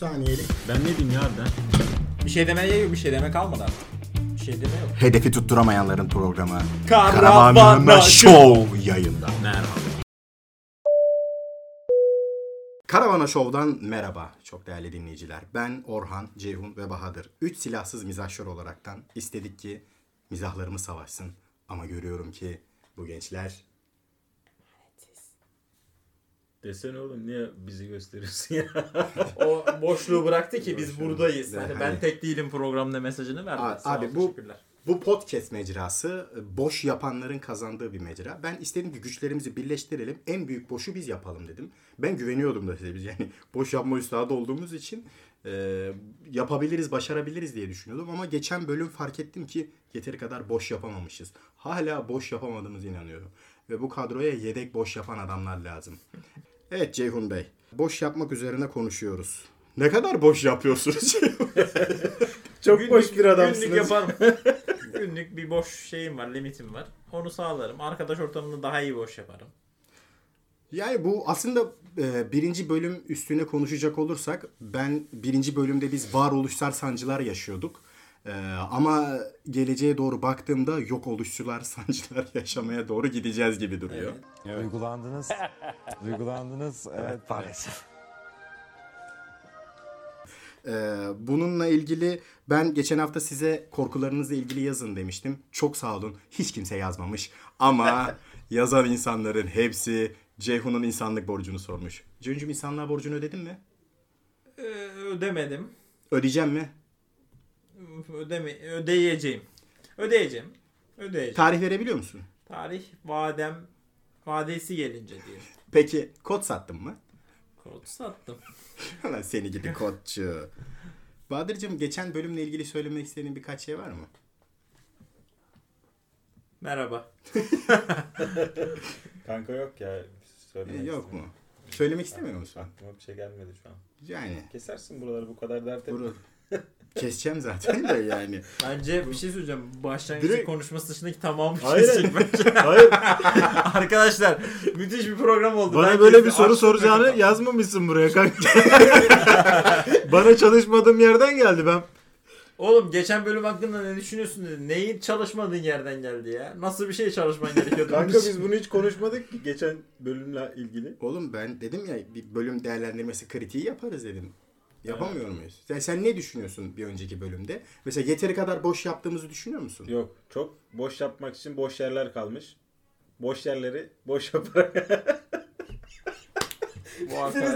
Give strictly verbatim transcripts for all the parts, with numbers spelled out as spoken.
Saniyelik. Ben ne diyeyim ya ben? Bir şey demeye yok, bir şey deme kalmadı artık. Bir şey deme yok. Hedefi tutturamayanların programı Karavana Karavana Show yayında. Merhaba. Karavana Show'dan merhaba çok değerli dinleyiciler. Ben Orhan, Ceyhun ve Bahadır. Üç silahsız mizahşör olaraktan istedik ki mizahlarımız savaşsın. Ama görüyorum ki bu gençler... Desene oğlum niye bizi gösteriyorsun ya? O boşluğu bıraktı ki biz Boşluğu. buradayız. Hani ben Hani- tek değilim programda mesajını verdi. Abi, Sağ ol, abi bu teşekkürler. bu podcast mecrası boş yapanların kazandığı bir mecra. Ben istedim ki güçlerimizi birleştirelim. En büyük boşu biz yapalım dedim. Ben güveniyordum da size biz yani boş yapma üstadı olduğumuz için e, yapabiliriz, başarabiliriz diye düşünüyordum. Ama geçen bölüm fark ettim ki yeteri kadar boş yapamamışız. Hala boş yapamadığımıza inanıyorum. Ve bu kadroya yedek boş yapan adamlar lazım. Evet Ceyhun Bey, boş yapmak üzerine konuşuyoruz. Ne kadar boş yapıyorsunuz Ceyhun Bey? Çok Günlük- boş bir adamsınız. Günlük yaparım. Günlük bir boş şeyim var, limitim var. Onu sağlarım. Arkadaş ortamında daha iyi boş yaparım. Yani bu aslında e, birinci bölüm üstüne konuşacak olursak ben birinci bölümde biz varoluşsal sancılar yaşıyorduk. E, ama geleceğe doğru baktığımda yok oluşçular sancılar yaşamaya doğru gideceğiz gibi duruyor. Evet. Duygulandınız. Duygulandınız. Evet maalesef. E, bununla ilgili ben geçen hafta size korkularınızla ilgili yazın demiştim. Çok sağ olun. Hiç kimse yazmamış. Ama yazan insanların hepsi Ceyhun'un insanlık borcunu sormuş. Ceyhun'cum insanlığa borcunu ödedin mi? Ee, ödemedim. Ödeyeceğim mi? Ödeme, ödeyeceğim. Ödeyeceğim. Ödeyeceğim. Tarih verebiliyor musun? Tarih vadem vadesi gelince diye. Peki kod sattın mı? Kod sattım. Lan seni gidi kodçu. Bahadır'cığım geçen bölümle ilgili söylemek istediğin birkaç şey var mı? Merhaba. Kanka yok ya. Ee, Söylemek yok mu? istemiyorum. Söylemek istemiyor musun? Aklıma bir şey gelmedi şu an. Yani. Kesersin buraları bu kadar dert etme. Bunu keseceğim zaten de yani. Bence bir şey söyleyeceğim. Başlangıç Direkt- konuşması dışındaki tamamı Hayır. kesecek bence. Hayır. Arkadaşlar müthiş bir program oldu. Bana Ben böyle kesin bir soru açtım soracağını böyle. yazmamışsın buraya kanka. Bana çalışmadığım yerden geldi ben. Oğlum geçen bölüm hakkında ne düşünüyorsun dedi. Neyin çalışmadığın yerden geldi ya? Nasıl bir şey çalışman gerekiyordu? Kanka bunun için? biz bunu hiç konuşmadık ki geçen bölümle ilgili. Oğlum ben dedim ya bir bölüm değerlendirmesi kritiği yaparız dedim. Yapamıyor muyuz? Sen, sen ne düşünüyorsun bir önceki bölümde? Mesela yeteri kadar boş yaptığımızı düşünüyor musun? Yok. Çok boş yapmak için boş yerler kalmış. Boş yerleri boş yaparak. Bu arkadaş...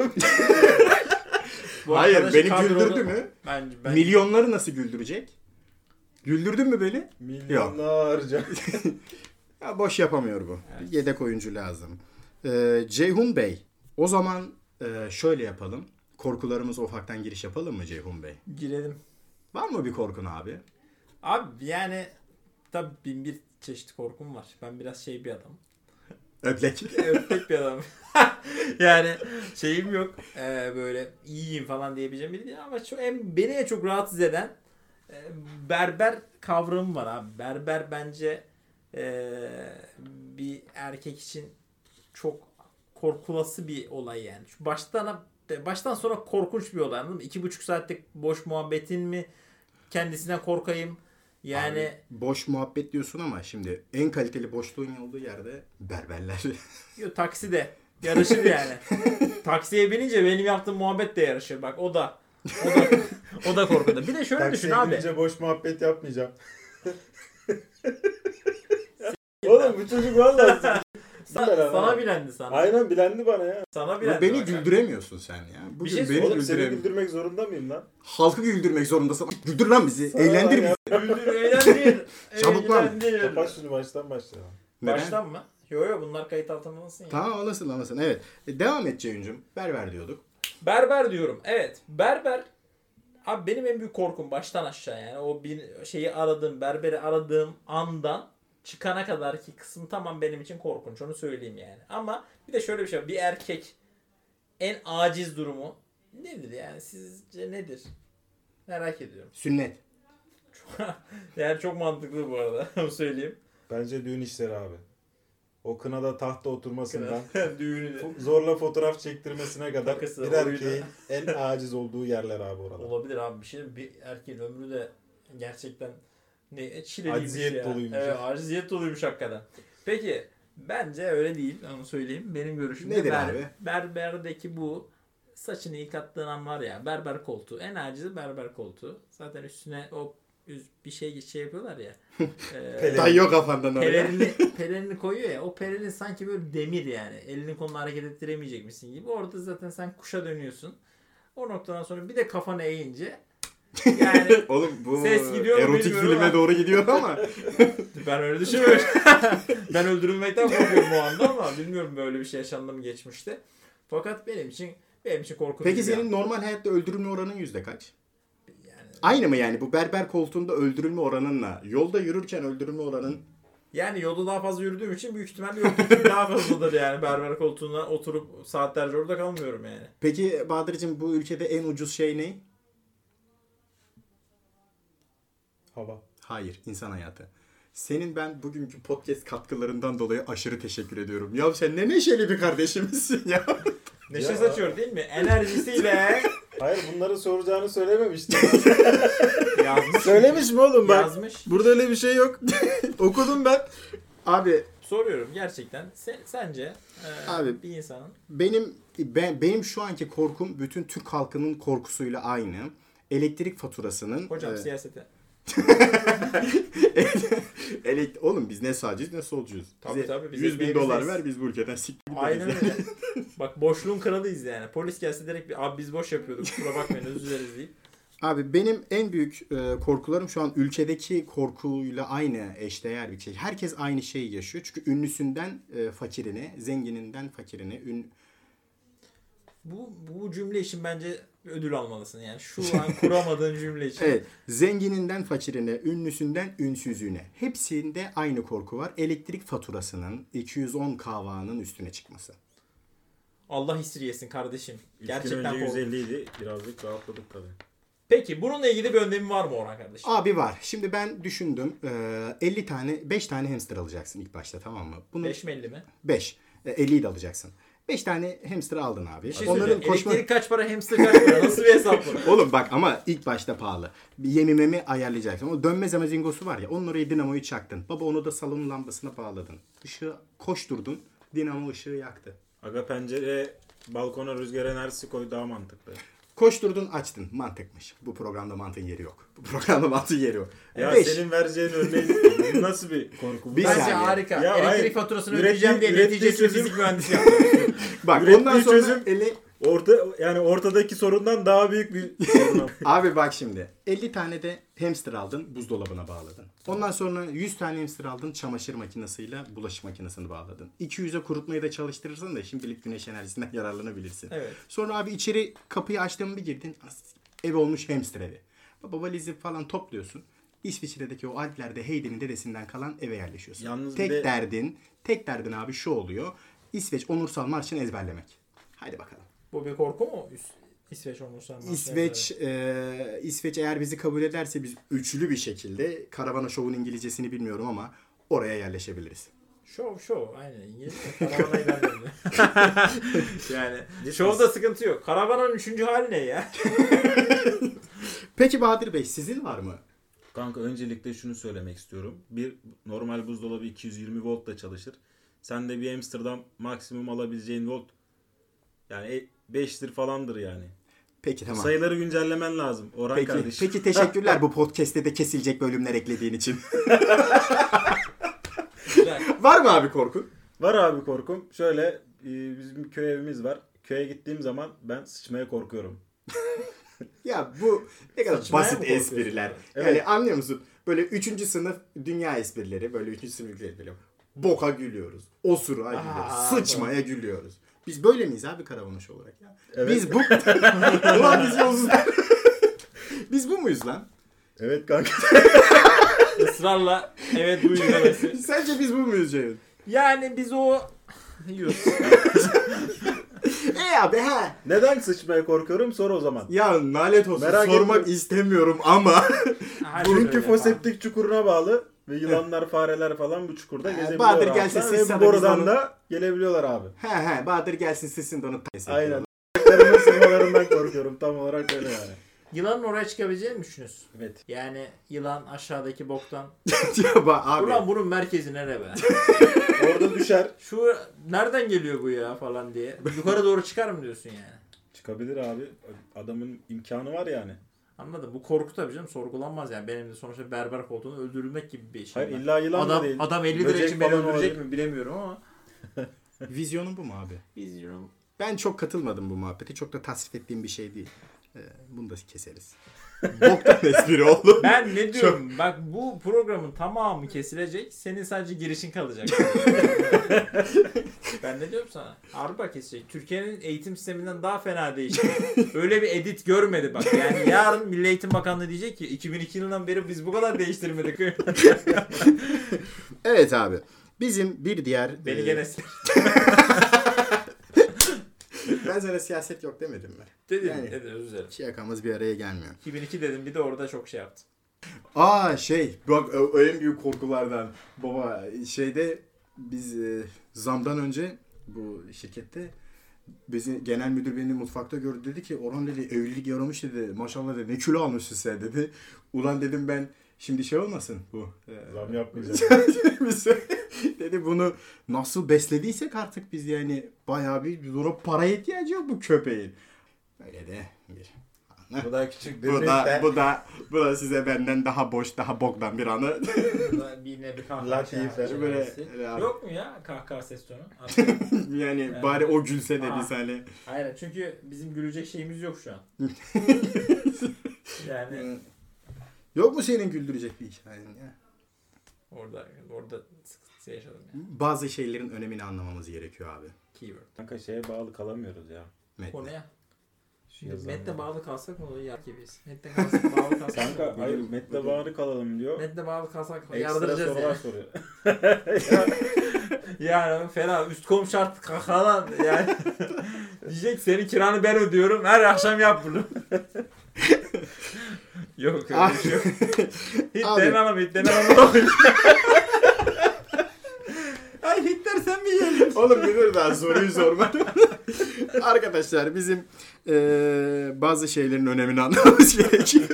Bu Hayır arkadaş beni kadroda- güldürdü mü? Bence ben... Milyonları nasıl güldürecek? Güldürdün mü beni? Milyonlarca. Ya boş yapamıyor bu. Evet. Yedek oyuncu lazım. Ee, Ceyhun Bey, o zaman e, şöyle yapalım. Korkularımız ufaktan giriş yapalım mı Ceyhun Bey? Girelim. Var mı bir korkun abi? Abi yani tabii bin bir çeşit korkum var. Ben biraz şey bir adamım. Öplek. Öptek bir adamım. Yani şeyim yok. Ee, böyle iyiyim falan diyebileceğim biri değil ama şu en, beni en çok rahatsız eden e, berber kavramı var abi. Berber bence e, bir erkek için çok korkulası bir olay yani. Şu baştan baştan sonra korkunç bir olay, anladın mı? İki buçuk saatlik boş muhabbetin mi kendisine korkayım? Yani Abi, boş muhabbet diyorsun ama şimdi en kaliteli boşluğun olduğu yerde berberler. yo, takside yarışır yani. Taksiye binince benim yaptığım muhabbet de yarışır. Bak o da o da o da korkuda. Bir de şöyle düşün abi. Taksiye boş muhabbet yapmayacağım. Oğlum bu çocuk vallahi Sa- sana bilendi sana. Aynen bilendi bana ya. Sana bilendi. beni bak. güldüremiyorsun sen ya. Bugün şey beni Oğlum seni güldüremiyorsun. güldürmek zorunda mıyım lan? Halkı güldürmek zorundasın. Güldür lan bizi. Sana Eğlendir lan bizi. ya. Güldür, eğlendir. Çabuk lan. Eğlendir. Kapat şunu baştan başlayalım. Neden? Baştan mı? Yo yo bunlar kayıt altında olmasın ya. Tamam anlasın anlasın. Evet. E, devam et Ceyhun'cum. Berber diyorduk. Berber diyorum. Evet. Berber abi benim en büyük korkum baştan aşağı yani. O bir şeyi aradığım, berberi aradığım andan çıkana kadar ki kısım tamam benim için korkunç. Onu söyleyeyim yani. Ama bir de şöyle bir şey var. Bir erkek en aciz durumu nedir yani? Sizce nedir? Merak ediyorum. Sünnet. Yani çok mantıklı bu arada. Onu söyleyeyim. Bence düğün işleri abi. o kınada tahta oturmasından Düğünü fo- zorla fotoğraf çektirmesine kadar Takısı, bir oyunu. erkeğin en aciz olduğu yerler abi oralar. olabilir abi. Bir şey bir erkeğin ömrü de gerçekten ne çileliymiş Aciziyet ya. doluymuş. Evet, aciziyet doluymuş hakikaten. Peki bence öyle değil, onu söyleyeyim. Benim görüşüm Nedir abi? berberdeki bu saçını yıkattığın an var ya, berber koltuğu. En acizi berber koltuğu. Zaten üstüne o üz- bir şey şey yapıyorlar ya. e, Dayıyor kafandan oraya. Pelerini, pelerini koyuyor ya. O pelerin sanki böyle demir yani. Elini kolunu hareket ettiremeyecekmişsin gibi. Orada zaten sen kuşa dönüyorsun. O noktadan sonra bir de kafanı eğince yani Oğlum bu ses gidiyor mu erotik bilmiyorum filme ama. doğru gidiyor ama. ben öyle düşünmüyorum. ben öldürülmekten korkuyorum o anda ama bilmiyorum böyle bir şey yaşandı mı geçmişte. Fakat benim için benim için korkutucu. Peki bir senin an. normal hayatta öldürülme oranın yüzde kaç? yani, Aynı mı yani bu berber koltuğunda öldürülme oranınla yolda yürürken öldürülme oranın? yani yolda daha fazla yürüdüğüm için büyük ihtimalle yoldaki daha fazladır yani. Berber koltuğuna oturup saatlerce orada kalmıyorum yani. Peki Bahadır'cığım bu ülkede en ucuz şey ne? Hava. Hayır, insan hayatı. Senin ben bugünkü podcast katkılarından dolayı aşırı teşekkür ediyorum. Ya sen ne neşeli bir kardeşimizsin ya. Neşe Ya. saçıyor değil mi? Enerjisiyle Hayır bunları soracağını söylememiştim. yazmış. Söylemiş mi oğlum bak? Yazmış. Burada öyle bir şey yok. Okudum ben. Abi Soruyorum gerçekten. Sen, sence e, Abi. bir insanın benim ben, benim şu anki korkum bütün Türk halkının korkusuyla aynı. Elektrik faturasının... hocam e, siyasete. Elekt- Oğlum biz ne sağcıyız ne solcuyuz. Tabii, Bize tabii, biz yüz bin ekmeğimizdeyiz. dolar ver biz bu ülkeden siktir gideriz. Aynen öyle. Bak boşluğun kralıyız yani. Polis gelse direkt bir abi biz boş yapıyorduk. Kusura bakmayın özür dileriz deyip. Abi benim en büyük e, korkularım şu an ülkedeki korkuyla aynı eşdeğer bir şey. Herkes aynı şeyi yaşıyor. Çünkü ünlüsünden e, fakirine, zengininden fakirine, ün... Bu, bu cümle için bence ödül almalısın yani. Şu an kuramadığın cümle için. Evet, zengininden fakirine, ünlüsünden ünsüzüne. Hepsinde aynı korku var. Elektrik faturasının iki yüz on kavanın üstüne çıkması. Allah hisriyesin kardeşim. Üç gün Gerçekten önce korkunç. yüz elli idi. Birazcık rahatladık tabii. Peki bununla ilgili bir önlemi var mı Orhan kardeşim? Abi var. Şimdi ben düşündüm. E, elli tane, beş tane hamster alacaksın ilk başta, tamam mı? Bunu beş mi elli mi? beş. E, elliyi de alacaksın. beş tane hamster aldın abi. Bir şey Onların söyleyeceğim. koşma... Elektrik kaç para, hamster kaç para? Nasıl bir hesap bu? Oğlum bak ama ilk başta pahalı. Bir yemimemi ayarlayacaksın. O dönme zamazingosu var ya. Onun oraya dinamoyu çaktın. Baba onu da salonun lambasına bağladın. Işığı koşturdun. Dinamo ışığı yaktı. Aga pencere balkona rüzgar enerjisi koy daha mantıklı. Koşturdun açtın. Mantıkmış. Bu programda mantığın yeri yok. Bu programda mantığın yeri yok. Ya Beş. senin vereceğin örneğin bu nasıl bir korku? Bu Bir Bence saniye. harika. Ya Elektrik hayır. faturasını Ürettiği- ödeyeceğim diye ürettiği neticesinde çözüm- fizik mühendisi yaptım. Bak Ürettiği ondan sonra çözüm- eli... Orta yani ortadaki sorundan daha büyük bir sorun. Abi bak şimdi. elli tane de hamster aldın. Buzdolabına bağladın. Ondan sonra yüz tane hamster aldın. Çamaşır makinesiyle bulaşık makinesini bağladın. iki yüze kurutmayı da çalıştırırsın da şimdilik güneş enerjisinden yararlanabilirsin. Evet. Sonra abi içeri kapıyı açtın bir girdin. Ev olmuş hamster evi. Baba valizi falan topluyorsun. İsviçre'deki o Alplerde Heidi'nin dedesinden kalan eve yerleşiyorsun. Yalnız bir tek de- derdin, tek derdin abi şu oluyor. İsveç Onursal Marşı'nı ezberlemek. Haydi bakalım. Bu bir korku mu? İs- İsveç olmuşlar. İsveç e, İsveç eğer bizi kabul ederse biz üçlü bir şekilde Karavana Show'un İngilizcesini bilmiyorum ama oraya yerleşebiliriz. Şov şov aynen İngilizce. Karavana ilerledim. yani şovda sıkıntı yok. Karavanın üçüncü hali ne ya? Peki Bahadır Bey sizin var mı? Kanka öncelikle şunu söylemek istiyorum. Bir normal buzdolabı iki yüz yirmi voltla çalışır. Sen de bir Amsterdam maksimum alabileceğin volt yani beştir falandır yani. Peki tamam. Sayıları güncellemen lazım Orhan Peki, kardeşim. peki teşekkürler bu podcast'te de kesilecek bölümler eklediğin için. Güzel. Var mı abi korkun? Var abi korkum. Şöyle e, bizim köy evimiz var. Köye gittiğim zaman ben sıçmaya korkuyorum. Ya bu ne kadar Sıçmaya mı basit korkuyorsun? espriler. Evet. Yani anlıyor musun? Böyle üçüncü sınıf dünya esprileri. Böyle üçüncü sınıf esprileri. Boka gülüyoruz. Osuruğa gülüyoruz. Aa, Sıçmaya gülüyoruz. Biz böyle miyiz abi Karavanoş olarak ya? Evet. Biz bu... Ulan biz yolsuzlar. Biz bu muyuz lan? Evet kanka. Israrla evet bu izlemesi. Sence biz bu muyuz Ceyhun? Yani biz o yiyoruz. E abi he. Neden sıçmaya korkuyorum? Sor o zaman. Ya nalet olsun Merak sormak etme. istemiyorum ama Her Çünkü şey öyle foseptik çukuruna bağlı Ve yılanlar, fareler falan bu çukurda He, gezebiliyor. Bahadır rahatlar gelsin, ve siz sana bu borudan biz onu- da gelebiliyorlar abi. He he Bahadır gelsin sesini de onu t- Aynen. Ayaklarımın sırmalarından korkuyorum. Tam olarak öyle yani. Yılanın oraya çıkabileceğini mi düşünüyorsun? Evet. Yani yılan aşağıdaki boktan. Ya ba- abi. Ulan bunun merkezi nere be? Orada düşer. Şu nereden geliyor bu ya falan diye. Yukarı doğru çıkar mı diyorsun yani? Çıkabilir abi. Adamın imkanı var yani. Anladım. Bu korku tabii canım, sorgulanmaz yani. Benim de sonuçta berber koltuğunu öldürülmek gibi bir şey. Hayır var. illa yılan adam, da değil. Adam elli lira Böcek için beni falan öldürecek olabilir. mi bilemiyorum ama. Vizyonun bu mu abi? Vizyonum. Ben çok katılmadım bu muhabbete. Çok da tasvip ettiğim bir şey değil. Ee, bunu da keseriz. Boktan espri oldu. Ben ne diyorum? Bak bu programın tamamı kesilecek. Senin sadece girişin kalacak. Ben ne diyorum sana? Harbi bak kesilecek. Türkiye'nin eğitim sisteminden daha fena değişti. Öyle bir edit görmedi bak. Yani yarın Milli Eğitim Bakanlığı diyecek ki iki bin iki yılından beri biz bu kadar değiştirmedik. Evet abi. Bizim bir diğer... Beni e, gene Ben sana siyaset yok demedim mi? dedin. Yani- Dedin, özür dilerim. Yakamız bir araya gelmiyor. iki bin iki dedim, bir de orada çok şey yaptım. Aa şey bak o, o en büyük korkulardan. Baba şeyde biz e, zamdan önce bu şirkette bizi genel müdür beni mutfakta gördü, dedi ki Orhan dedi evlilik yaramış dedi, maşallah dedi, ne kilo almışsın sen dedi. Ulan dedim ben şimdi şey olmasın bu. E, Zam yapmayacağım. biz- dedi bunu nasıl beslediysek artık biz yani bayağı bir buna para ihtiyacı yok bu köpeğin. Böyle de bir. Bu da küçük bir Bu da, nükte. bu da bu da size benden daha boş, daha boktan bir anı. Bir ne bir kahkaha Latife, şey- böyle- şey- böyle- Yok mu ya kahkaha ses tonu? Yani Yani- bari o gülse de Aa. biz hani. Hayır, çünkü bizim gülecek şeyimiz yok şu an. Yani Yok mu senin güldürecek bir hikayen ya? orada orada sıkıntı yaşadım ya. Bazı şeylerin önemini anlamamız gerekiyor abi. Keyword. Kanka şeye bağlı kalamıyoruz ya. Metne. Konuya. Şu yazan Metne var. bağlı kalsak ne olur ya gibiyiz. Metne kalsak bağlı kalsak. ne Kanka olur? hayır Met'le bağlı kalalım diyor. Metne bağlı kalsak Ekstra yardıracağız sorular ya. soruyor. Yani fena üst kom şart kakalan yani. Diyecek senin kiranı ben ödüyorum. Her akşam yap bunu. Yok öyle bir şey yok. Hitler'in Abi. anamı Hitler'in anamı okuyun. Ay Hitler sen mi geldin? Oğlum bir dur daha soruyu sorma. Arkadaşlar bizim eee, bazı şeylerin önemini anlamamız gerekiyor.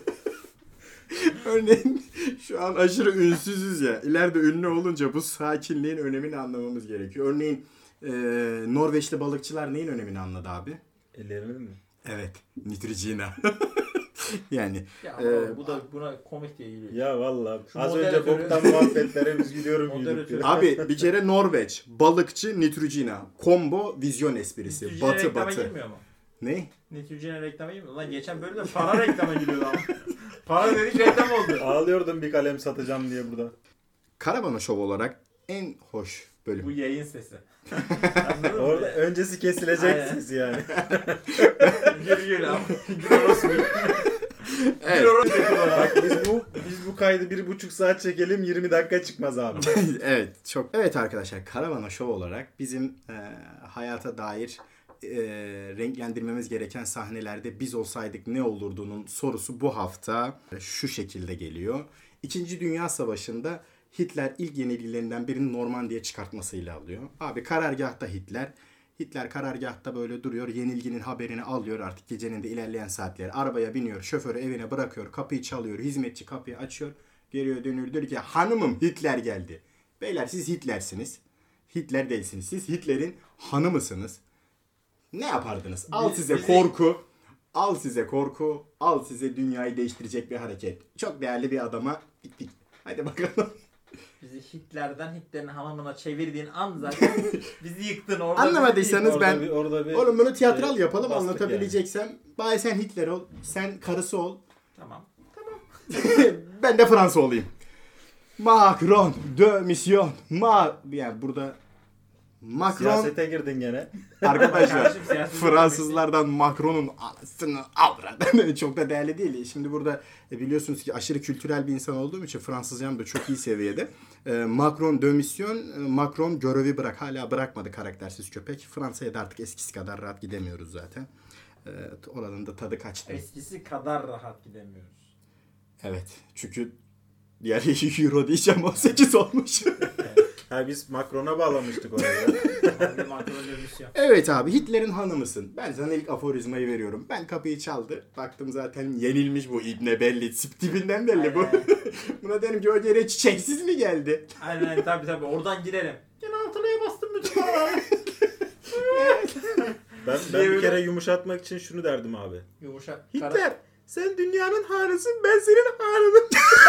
Örneğin şu an aşırı ünsüzüz ya. İleride ünlü olunca bu sakinliğin önemini anlamamız gerekiyor. Örneğin eee, Norveçli balıkçılar neyin önemini anladı abi? Ellerinin mi? Evet. Nitrogena. Yani Ya Ee, bu da buna komik diye geliyor. Ya valla Şu az moderatörü- önce boktan muhabbetlere biz gidiyorum Moderatörü- güldük. abi bir kere Norveç, balıkçı, Nitrogena. Combo vizyon esprisi. Nitrojen Batı reklama batı. girmiyor mu? Ne? Nitrojen reklama girmiyor. Lan geçen bölümde para reklama giriyordu ama. Para dedik reklam oldu. Ağlıyordum bir kalem satacağım diye burada. Karavana Show olarak en hoş bölüm. Bu yayın sesi. Anladın mı? Orada öncesi kesilecek Aynen. ses yani. Gir gir abi. Gir orası bir. Evet. Gir orası bir. Bak biz bu biz bu kaydı bir buçuk saat çekelim yirmi dakika çıkmaz abi. Evet çok. Evet arkadaşlar Karavana Show olarak bizim e, hayata dair e, renklendirmemiz gereken sahnelerde biz olsaydık ne olurdu'nun sorusu bu hafta şu şekilde geliyor. İkinci Dünya Savaşı'nda Hitler ilk yenilgilerinden birini Normandiya çıkartmasıyla alıyor. Abi karargahta Hitler. Hitler karargahta böyle duruyor. Yenilginin haberini alıyor artık gecenin de ilerleyen saatleri. Arabaya biniyor. Şoförü evine bırakıyor. Kapıyı çalıyor. Hizmetçi kapıyı açıyor. Geriye dönüyor. Diyor ki hanımım Hitler geldi. Beyler siz Hitler'siniz. Hitler değilsiniz. Siz Hitler'in hanımısınız. Ne yapardınız? Al Biz- size bizi- korku. Al size korku. Al size dünyayı değiştirecek bir hareket. Çok değerli bir adama gittik. Hadi bakalım. Bizi Hitler'den Hitler'in hanımına çevirdiğin an zaten bizi yıktın orada. Anlamadıysanız Orada ben... bir, orada bir Oğlum bunu tiyatral şey yapalım bastık anlatabileceksem. Bari sen Hitler ol. Sen karısı ol. Tamam. Ben de Fransa olayım. Macron de mission. Ma yani burada yani. Macron Siyasete girdin gene. arkadaşlar Kardeşim, siyasi Fransızlardan Macron'un anasını avradını çok da değerli değil. Şimdi burada e, biliyorsunuz ki aşırı kültürel bir insan olduğum için Fransızcam da çok iyi seviyede. E, Macron de mission, e, Macron görevi bırak. Hala bırakmadı karaktersiz köpek. Fransa'ya da artık eskisi kadar rahat gidemiyoruz zaten. E, oranın da tadı kaçtı. Eskisi kadar rahat gidemiyoruz. Evet çünkü Yani euro diyeceğim on sekiz olmuş. Ha biz Macron'a bağlamıştık oraya. Ben Macron'a dönüş yap. Evet abi, Hitler'in hanımısın. Ben sana ilk aforizmayı veriyorum. Ben kapıyı çaldı. Baktım zaten yenilmiş bu İbne belli. Tip tipinden belli bu. Buna dedim ki o gene çiçeksiz mi geldi? Aynen aynen tabii tabii oradan girelim. Gene altılıya bastım bütün paraları. Ben, ben bir kere yumuşatmak için şunu derdim abi. Yumuşak. Hitler sen dünyanın hanısın, ben senin hanınım.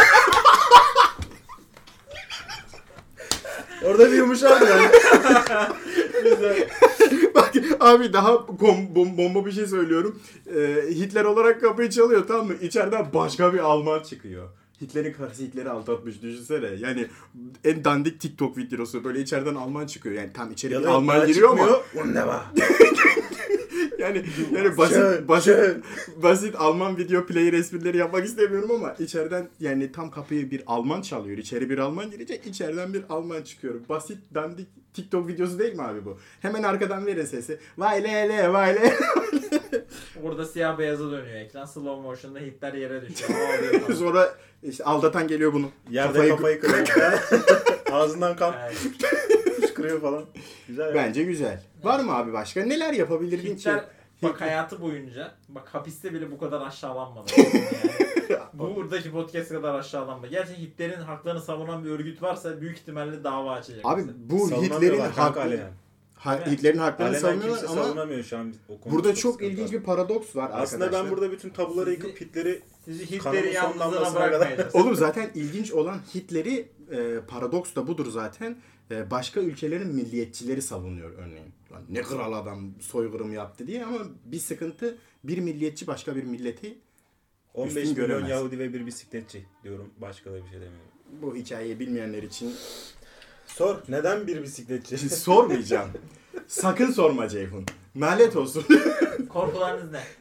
Orada bir yumuşak yani. Güzel. Bak abi daha bom, bom, bomba bir şey söylüyorum. Ee, Hitler olarak kapıyı çalıyor, tamam mı? İçeriden başka bir Alman çıkıyor. Hitler'in karısı Hitler'i aldatmış, düşünsene. Yani en dandik TikTok videosu, böyle içeriden Alman çıkıyor. Yani tam içeri bir Alman giriyor ama. Wunderbar. Yani yani basit basit basit Alman video player esprileri yapmak istemiyorum ama içeriden yani tam kapıyı bir Alman çalıyor. İçeri bir Alman girecek, içeriden bir Alman çıkıyor. Basit dandik TikTok videosu değil mi abi bu? Hemen arkadan verin sesi. Vay le le vay le. Orada siyah beyaza dönüyor ekran. Slow motion'da Hitler yere düşüyor. Ağlıyor falan. Sonra işte aldatan geliyor bunu. Yerde Kafayı- kafayı, kırıyor. Ağzından kan Yani fışkırıyor falan. Güzel ya. Bence güzel. Var mı abi başka? Neler yapabilirdin ki? Hitler bak hayatı boyunca bak hapiste bile bu kadar aşağılanmadı. Yani. Buradaki podcast kadar aşağılanmadı. Gerçi Hitler'in haklarını savunan bir örgüt varsa büyük ihtimalle dava açacak. Abi bize. bu Hitler'in Savunamıyorlar kanka hakları, alenen. ha, Hitler'in haklarını Alenen savunuyorlar kimse ama savunamıyor şu an. O konuda burada çok sıkıntı ilginç var. bir paradoks var Aslında arkadaşlar. ben burada bütün tabuları Sizi- yıkıp Hitler'i Sizi kanalın Hitler'in son yalnızlığına damlasına kadar- bırakmayacağız. Oğlum zaten ilginç olan Hitler'i e, paradoks da budur zaten. E, başka ülkelerin milliyetçileri savunuyor örneğin. Lan ne kral adam soykırım yaptı diye, ama bir sıkıntı, bir milliyetçi başka bir milleti on beş üstün milyon göremez. Yahudi ve bir bisikletçi diyorum. Başka da bir şey demiyorum. Bu hikayeyi bilmeyenler için Sor. Neden bir bisikletçi? sormayacağım. Sakın sorma Ceyhun. Nalet olsun. Korkularınız ne?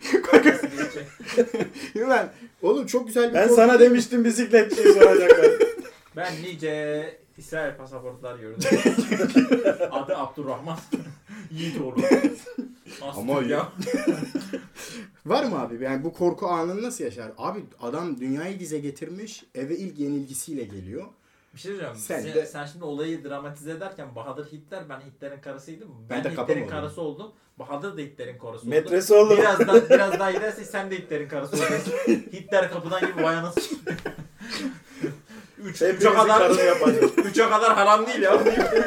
Ben, oğlum çok güzel bir Ben korku- sana demiştim bisikletçiyi soracaklar. Ben nice İsrail pasaportlar gördüm. Adı Abdurrahman. Yiğitoğlu. Ama Ama ya. Var mı abi? Yani bu korku anını nasıl yaşar? Abi adam dünyayı dize getirmiş, eve ilk yenilgisiyle geliyor. Bir şey söyleyeceğim. Sen Sen, de- sen şimdi olayı dramatize ederken Bahadır Hitler, ben Hitler'in karısıydım. Ben Ben, de kapım Hitler'in oldum. karısı oldum. Bahadır da Hitler'in karısı oldu. Metresi oldu. Biraz daha, biraz daha giderse sen de Hitler'in karısı olacaksın. Hitler kapıdan gibi vay anasını. Üç, üçe Hepimizin kadar, karını yapacak. üçe kadar haram değil ya.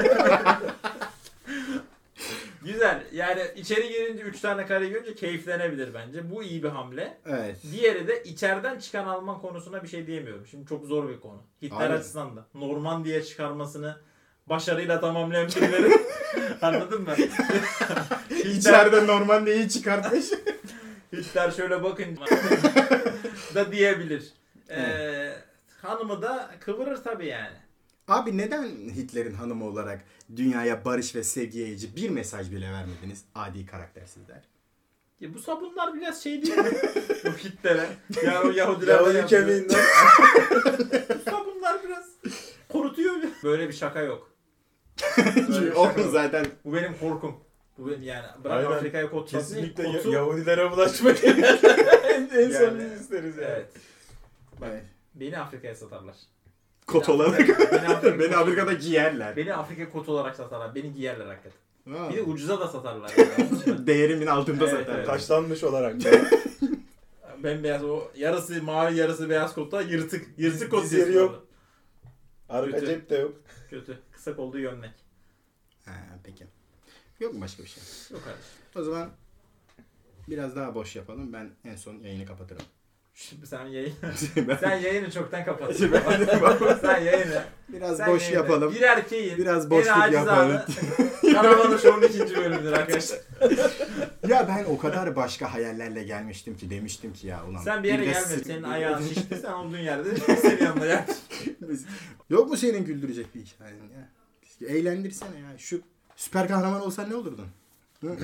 Güzel. Yani içeri girince üç tane kare görünce keyiflenebilir bence. Bu iyi bir hamle. Evet. Diğeri de içeriden çıkan Alman konusuna bir şey diyemiyorum. Şimdi çok zor bir konu. Hitler Abi. açısından da. Normandiya çıkarmasını başarıyla tamamlayan birileri. Anladın mı? Hitler, İçeride Normandiyi çıkartmış. Hitler şöyle bakın da diyebilir. Ee, hanımı da kıvırır tabii yani. Abi neden Hitler'in hanımı olarak dünyaya barış ve sevgi yayıcı bir mesaj bile vermediniz adi karaktersizler? Ya bu sabunlar biraz şey değil mi? Bu Hitler'e. Yani o Yahudiler Yahudi kemiğinden. Bu sabunlar biraz kurutuyor. Böyle bir şaka yok. Böyle bir şaka Oğlum yok. zaten Bu benim korkum. Bu benim yani. Bırak Aynen. Afrika'ya kod Kesinlikle satmayı, Ya- kodu- Yahudilere bulaşmak en, en son Yani, biz isteriz yani. Evet. evet. Beni Afrika'ya satarlar. Kot Beni olarak Afrika- beni Afrika- beni Afrika'da giyerler. Beni Afrika kot olarak satarlar. Beni giyerler hakikaten. Ha. Bir de ucuza da satarlar. Yani. Değerimin altında Evet, zaten. evet. Taşlanmış olarak. Bembeyaz o yarısı mavi yarısı beyaz kotta yırtık. Yırtık kot Diz yeri diyorsun yok. orada. Arka Kötü. cep de yok. Kötü. Kısa kollu gömlek. Ha, peki. Yok mu başka bir şey? Yok kardeşim. O zaman biraz daha boş yapalım. Ben en son yayını kapatırım. Şimdi sen yayın. Ben- Sen yayını çoktan kapat. Ben- sen yayını. biraz Sen boş yayını. yapalım. Bir erkeğin Biraz en boşluk acizanı Karavanı Show'un ikinci bölümüdür arkadaşlar. Ya ben o kadar başka hayallerle gelmiştim ki, demiştim ki ya ulan. Sen bir yere de gelmedin. sır- Senin ayağın şişti. Sen olduğun yerde senin yanında yer. Yok mu senin güldürecek bir hikayen ya? Eğlendirsene ya. Şu süper kahraman olsan ne olurdun? Hı?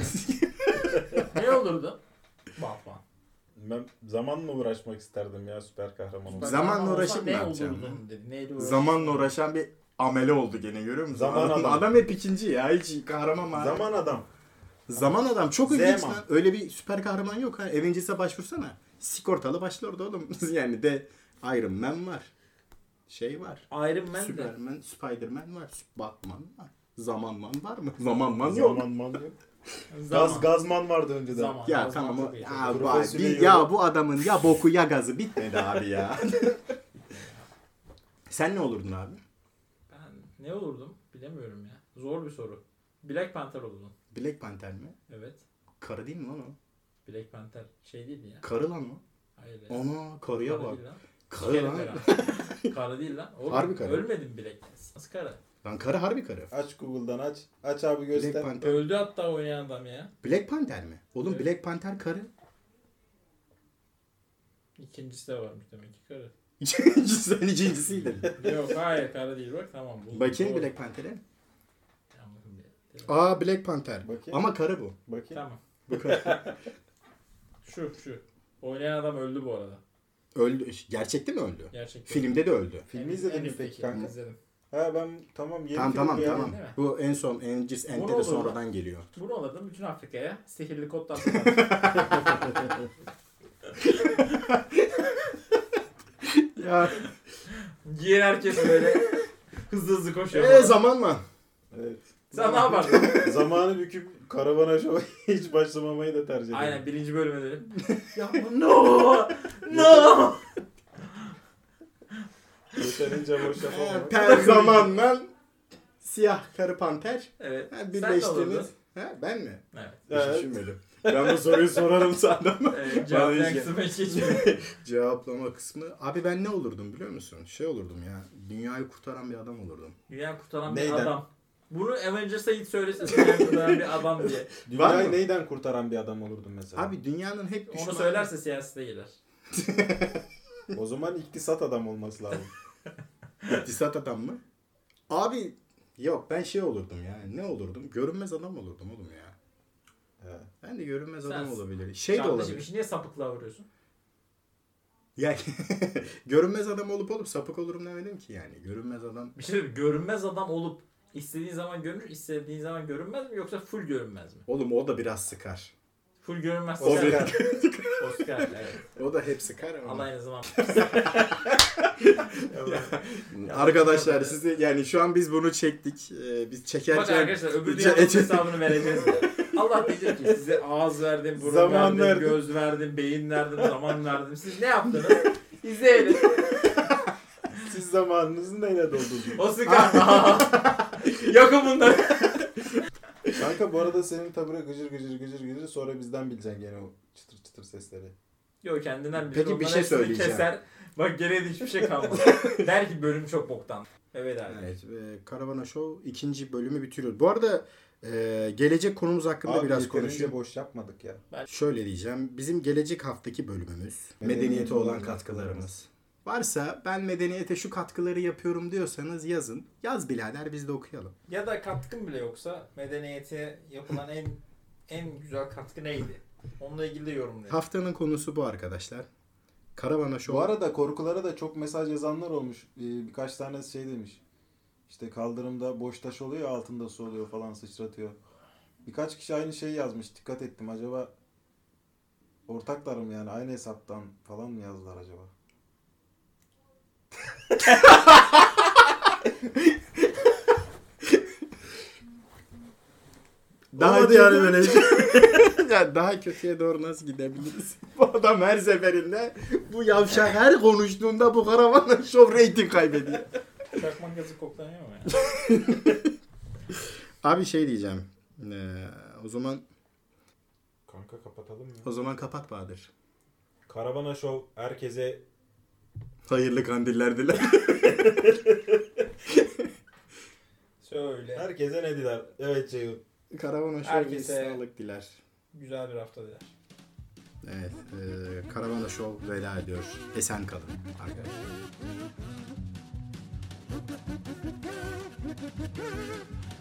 Ne olurdu? Batman. Ben zamanla uğraşmak isterdim ya süper kahraman olmak. Zamanla uğraşıp olsan ne ne yapacağım? olurdun dedi. Neyle uğraşırdın? Zamanla uğraşan bir amele oldu gene, görüyor musun? Zaman adam, adam. adam hep ikinci ya. Hiç kahraman var. Zaman adam. Zaman adam çok ilginç Zeman. lan. Öyle bir süper kahraman yok ha. Avengers'a başvursana. Sigortalı başla orada oğlum. Yani de Iron Man var. Şey var. Iron Man de. Superman, Spiderman var. Batman var. Zamanman var mı? Zamanman yok. Zamanman yok. Zaman. Gaz Gazman vardı önceden. Zaman. Ya Gazman tamam o. çok iyi. Ya, vay, Profesyonel bir- ya bu adamın ya boku ya gazı bitmedi abi ya. Sen ne olurdun abi? Ben ne olurdum bilemiyorum ya. Zor bir soru. Black Panther olurdum. Black Panther mi? Evet. Karı değil mi lan o? Black Panther şey değil ya. Karı lan o. Hayır ya. Ana karıya Karı bak. değil lan. Karı Karı lan. lan. Karı değil lan. Oğlum, Harbi karı. Ölmedim Black. Nasıl karı? Lan karı harbi karı. Aç Google'dan aç. Aç abi Black göster. Panther. Öldü hatta oynayan adam ya. Black Panther mi? Oğlum Evet. Black Panther karı. İkincisi de varmış demek ki karı. İkincisi sen ikincisiydin. Yok hayır karı değil bak tamam. buldum. Bakayım Doğru. Black Panther'e. Tamam, bir- Aa Black Panther. Bakayım. Ama karı bu. Bakayım. Tamam. Bu karı. Şu şu. Oynayan adam öldü bu arada. Öldü. Gerçekte mi öldü? Gerçekten. Filmde de öldü. Filmi En- izledin en mi üstteki. peki kanka? İzledim. Ha ben tamam yeni Tamam film tamam ya. tamam. değil mi? Bu en son Engis Bu ne Ente de oldu sonradan geliyor. Bunu aladım bütün Afrika'ya. Sihirli kodlar. Ya Giyen herkes böyle hızlı hızlı koşuyor. e zaman mı? Evet. Sen ne yapardın? Zamanı büküp karavana şova hiç başlamamayı da tercih ederim. Aynen birinci bölüme dönüp. Yapma no! No! Yeterince boş Ee, yapamamak. per zamanla siyah karı panter. Evet. Ha, Sen ne birleştiniz. olurdun? Ha, ben mi? Evet. Hiç Evet. düşünmedim. Ben bu soruyu sorarım sandım. Ee, cevaplayan hiç- kısmı hiç geçmiyor. Cevaplama kısmı. Abi ben ne olurdum biliyor musun? Şey olurdum ya. Dünyayı kurtaran bir adam olurdum. Dünya kurtaran bir Neyden? adam. Bunu Avengers'a git söylesin. Dünya kurtaran bir adam diye. Var Dünyayı mı? neyden kurtaran bir adam olurdun mesela? Abi dünyanın hep Onu düşmanı. söylerse siyasete girer. O zaman iktisat adam olması lazım. İktisat adam mı? Abi yok ben şey olurdum ya. Ne olurdum? Görünmez adam olurdum oğlum ya. He. Ben de görünmez Sen- adam olabilir. Şey de Kardeşim olabilir. işi niye sapıklığa vuruyorsun? Yani görünmez adam olup olup sapık olurum demedim ki yani. Görünmez adam. Bir şey diyeyim, görünmez adam olup istediğin zaman görünür, istediğin zaman görünmez mi yoksa full görünmez mi? Oğlum o da biraz sıkar. Full görünmez. Oscar. Oscar evet. O da hep sıkar ama. Alayınız zaman. Arkadaşlar size yani şu an biz bunu çektik. Ee, biz Bak çekerken arkadaşlar öbür Ce- dünyanın ce- hesabını vereceğiz de. Allah diyecek ki size ağız verdim, burun Zaman verdim, verdim. göz verdim, beyin verdim, zaman verdim. Siz ne yaptınız? İzleyelim. Siz zamanınızı neyle doldurdunuz? Oscar. Yakın bunları. Kanka bu arada senin tabure gıcır gıcır gıcır gıcır sonra bizden bileceksin gene o çıtır çıtır sesleri. Yok kendinden bilir. Peki, bir Onların şey hepsini söyleyeceğim. Keser. Bak geriye de hiçbir şey kalmadı. Der ki bölüm çok boktan. Evet abi. evet, e, Karavana Show ikinci bölümü bitiriyor. Bu arada e, gelecek konumuz hakkında Abi biraz yeterince konuşayım. boş yapmadık ya. Şöyle diyeceğim. Bizim gelecek haftaki bölümümüz medeniyete olan katkılarımız. Varsa ben medeniyete şu katkıları yapıyorum diyorsanız yazın. Yaz birader biz de okuyalım. Ya da katkın bile yoksa medeniyete yapılan en en güzel katkı neydi? Onunla ilgili de yorumlayalım. Haftanın konusu bu arkadaşlar. Karavana Show. Bu arada korkulara da çok mesaj yazanlar olmuş. Ee, birkaç tane şey demiş. İşte kaldırımda boş taş oluyor altında su oluyor falan sıçratıyor. Birkaç kişi aynı şeyi yazmış. Dikkat ettim. Acaba ortaklarım yani aynı hesaptan falan mı yazdılar acaba? Daha Olmadı kötü- yani böyle şey. Ya daha kötüye doğru nasıl gidebiliriz? Bu adam her seferinde bu yavşak her konuştuğunda bu Karavana Show rating kaybediyor. Çakmak gazı koklanıyor mu ya? Abi şey diyeceğim. Ee, o zaman Kanka kapatalım mı? o zaman kapat Bahadır. Karavana Show herkese Hayırlı kandiller diler. Söyle. herkese ne diler? Evet Ceyhun. Karavana Show Herkese- sağlık diler. Güzel bir hafta diler. Evet. E, Karavana Show veda ediyor. Esen kalın arkadaşlar.